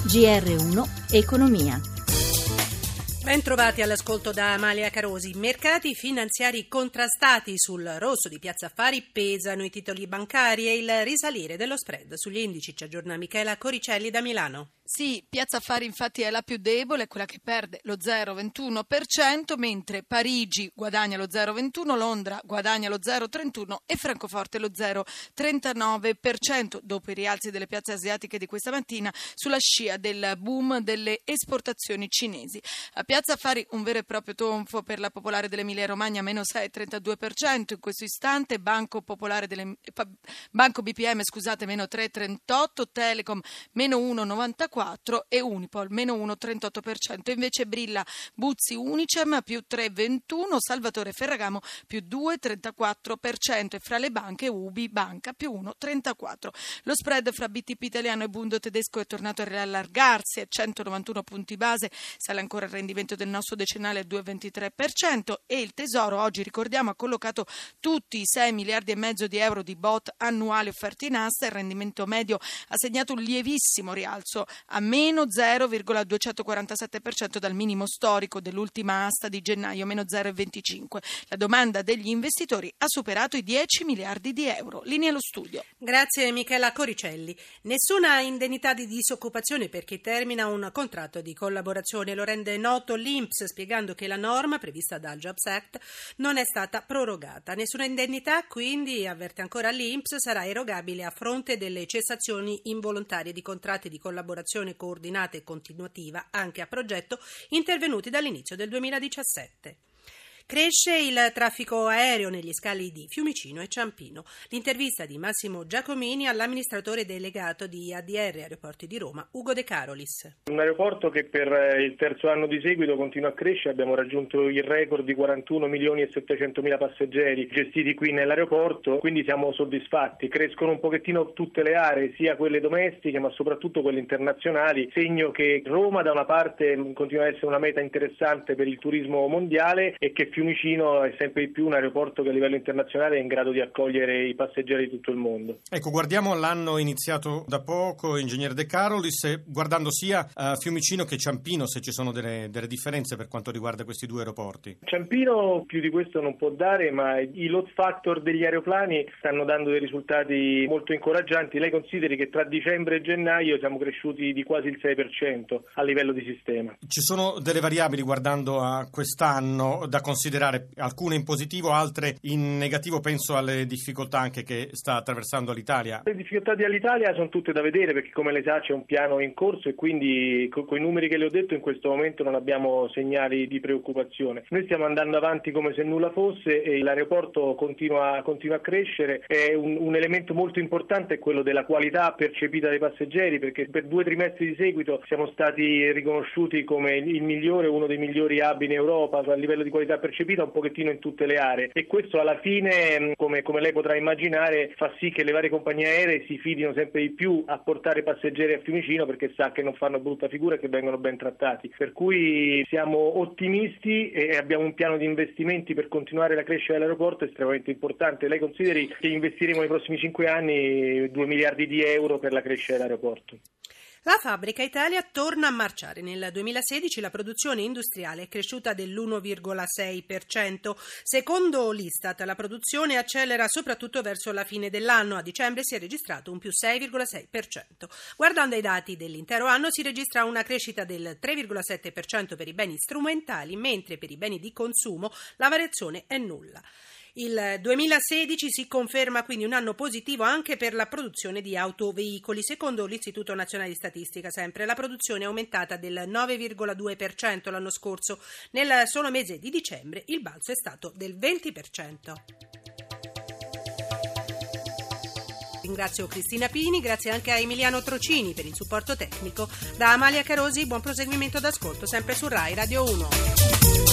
GR1 Economia. Ben trovati all'ascolto da Amalia Carosi. Mercati finanziari contrastati. Sul rosso di Piazza Affari pesano i titoli bancari e il risalire dello spread sugli indici ci aggiorna Michela Coricelli da Milano. Sì, Piazza Affari infatti è la più debole, quella che perde lo 0,21%, mentre Parigi guadagna lo 0,21%, Londra guadagna lo 0,31% e Francoforte lo 0,39%, dopo i rialzi delle piazze asiatiche di questa mattina sulla scia del boom delle esportazioni cinesi. A Piazza Affari un vero e proprio tonfo per la Popolare dell'Emilia Romagna, meno 6,32%, in questo istante Banco BPM, meno 3,38%, Telecom meno 1,94%, e Unipol meno 1,38%. Invece brilla Buzzi Unicem più 3,21%, Salvatore Ferragamo più 2,34% e fra le banche Ubi Banca più 1,34%. Lo spread fra BTP italiano e Bundo tedesco è tornato a riallargarsi a 191 punti base, sale ancora il rendimento del nostro decennale al 2,23% e il Tesoro oggi, ricordiamo, ha collocato tutti i 6 miliardi e mezzo di euro di BOT annuali offerti in asta. Il rendimento medio ha segnato un lievissimo rialzo a meno 0,247% dal minimo storico dell'ultima asta di gennaio, meno 0,25%. La domanda degli investitori ha superato i 10 miliardi di euro. Linea allo studio. Grazie Michela Coricelli. Nessuna indennità di disoccupazione per chi termina un contratto di collaborazione, lo rende noto l'INPS, spiegando che la norma prevista dal Jobs Act non è stata prorogata. Nessuna indennità, quindi, avverte ancora l'INPS, sarà erogabile a fronte delle cessazioni involontarie di contratti di collaborazione coordinata e continuativa anche a progetto intervenuti dall'inizio del 2017. Cresce il traffico aereo negli scali di Fiumicino e Ciampino. L'intervista di Massimo Giacomini all'amministratore delegato di ADR Aeroporti di Roma, Ugo De Carolis. Un aeroporto che per il terzo anno di seguito continua a crescere. Abbiamo raggiunto il record di 41 milioni e 700 mila passeggeri gestiti qui nell'aeroporto, quindi siamo soddisfatti. Crescono un pochettino tutte le aree, sia quelle domestiche ma soprattutto quelle internazionali, segno che Roma da una parte continua ad essere una meta interessante per il turismo mondiale e che Fiumicino è sempre di più un aeroporto che a livello internazionale è in grado di accogliere i passeggeri di tutto il mondo. Ecco, guardiamo l'anno iniziato da poco, ingegnere De Carolis, guardando sia Fiumicino che Ciampino, se ci sono delle differenze per quanto riguarda questi due aeroporti. Ciampino più di questo non può dare, ma i load factor degli aeroplani stanno dando dei risultati molto incoraggianti. Lei consideri che tra dicembre e gennaio siamo cresciuti di quasi il 6% a livello di sistema. Ci sono delle variabili guardando a quest'anno da considerare, alcune in positivo, altre in negativo. Penso alle difficoltà anche che sta attraversando l'Italia. Le difficoltà dell'Italia sono tutte da vedere, perché come lei sa c'è un piano in corso e quindi con i numeri che le ho detto in questo momento non abbiamo segnali di preoccupazione. Noi stiamo andando avanti come se nulla fosse e l'aeroporto continua a crescere. È un elemento molto importante è quello della qualità percepita dai passeggeri, perché per 2 trimestri di seguito siamo stati riconosciuti come il migliore, uno dei migliori hub in Europa a livello di qualità percepita un pochettino in tutte le aree, e questo alla fine, come lei potrà immaginare, fa sì che le varie compagnie aeree si fidino sempre di più a portare passeggeri a Fiumicino, perché sa che non fanno brutta figura e che vengono ben trattati. Per cui siamo ottimisti e abbiamo un piano di investimenti per continuare la crescita dell'aeroporto estremamente importante. Lei consideri che investiremo nei prossimi 5 anni 2 miliardi di euro per la crescita dell'aeroporto. La Fabbrica Italia torna a marciare. Nel 2016 la produzione industriale è cresciuta dell'1,6%. Secondo l'Istat, la produzione accelera soprattutto verso la fine dell'anno. A dicembre si è registrato un più 6,6%. Guardando ai dati dell'intero anno si registra una crescita del 3,7% per i beni strumentali, mentre per i beni di consumo la variazione è nulla. Il 2016 si conferma quindi un anno positivo anche per la produzione di autoveicoli. Secondo l'Istituto Nazionale di Statistica, sempre, la produzione è aumentata del 9,2% l'anno scorso. Nel solo mese di dicembre il balzo è stato del 20%. Ringrazio Cristina Pini, grazie anche a Emiliano Trocini per il supporto tecnico. Da Amalia Carosi, buon proseguimento d'ascolto sempre su Rai Radio 1.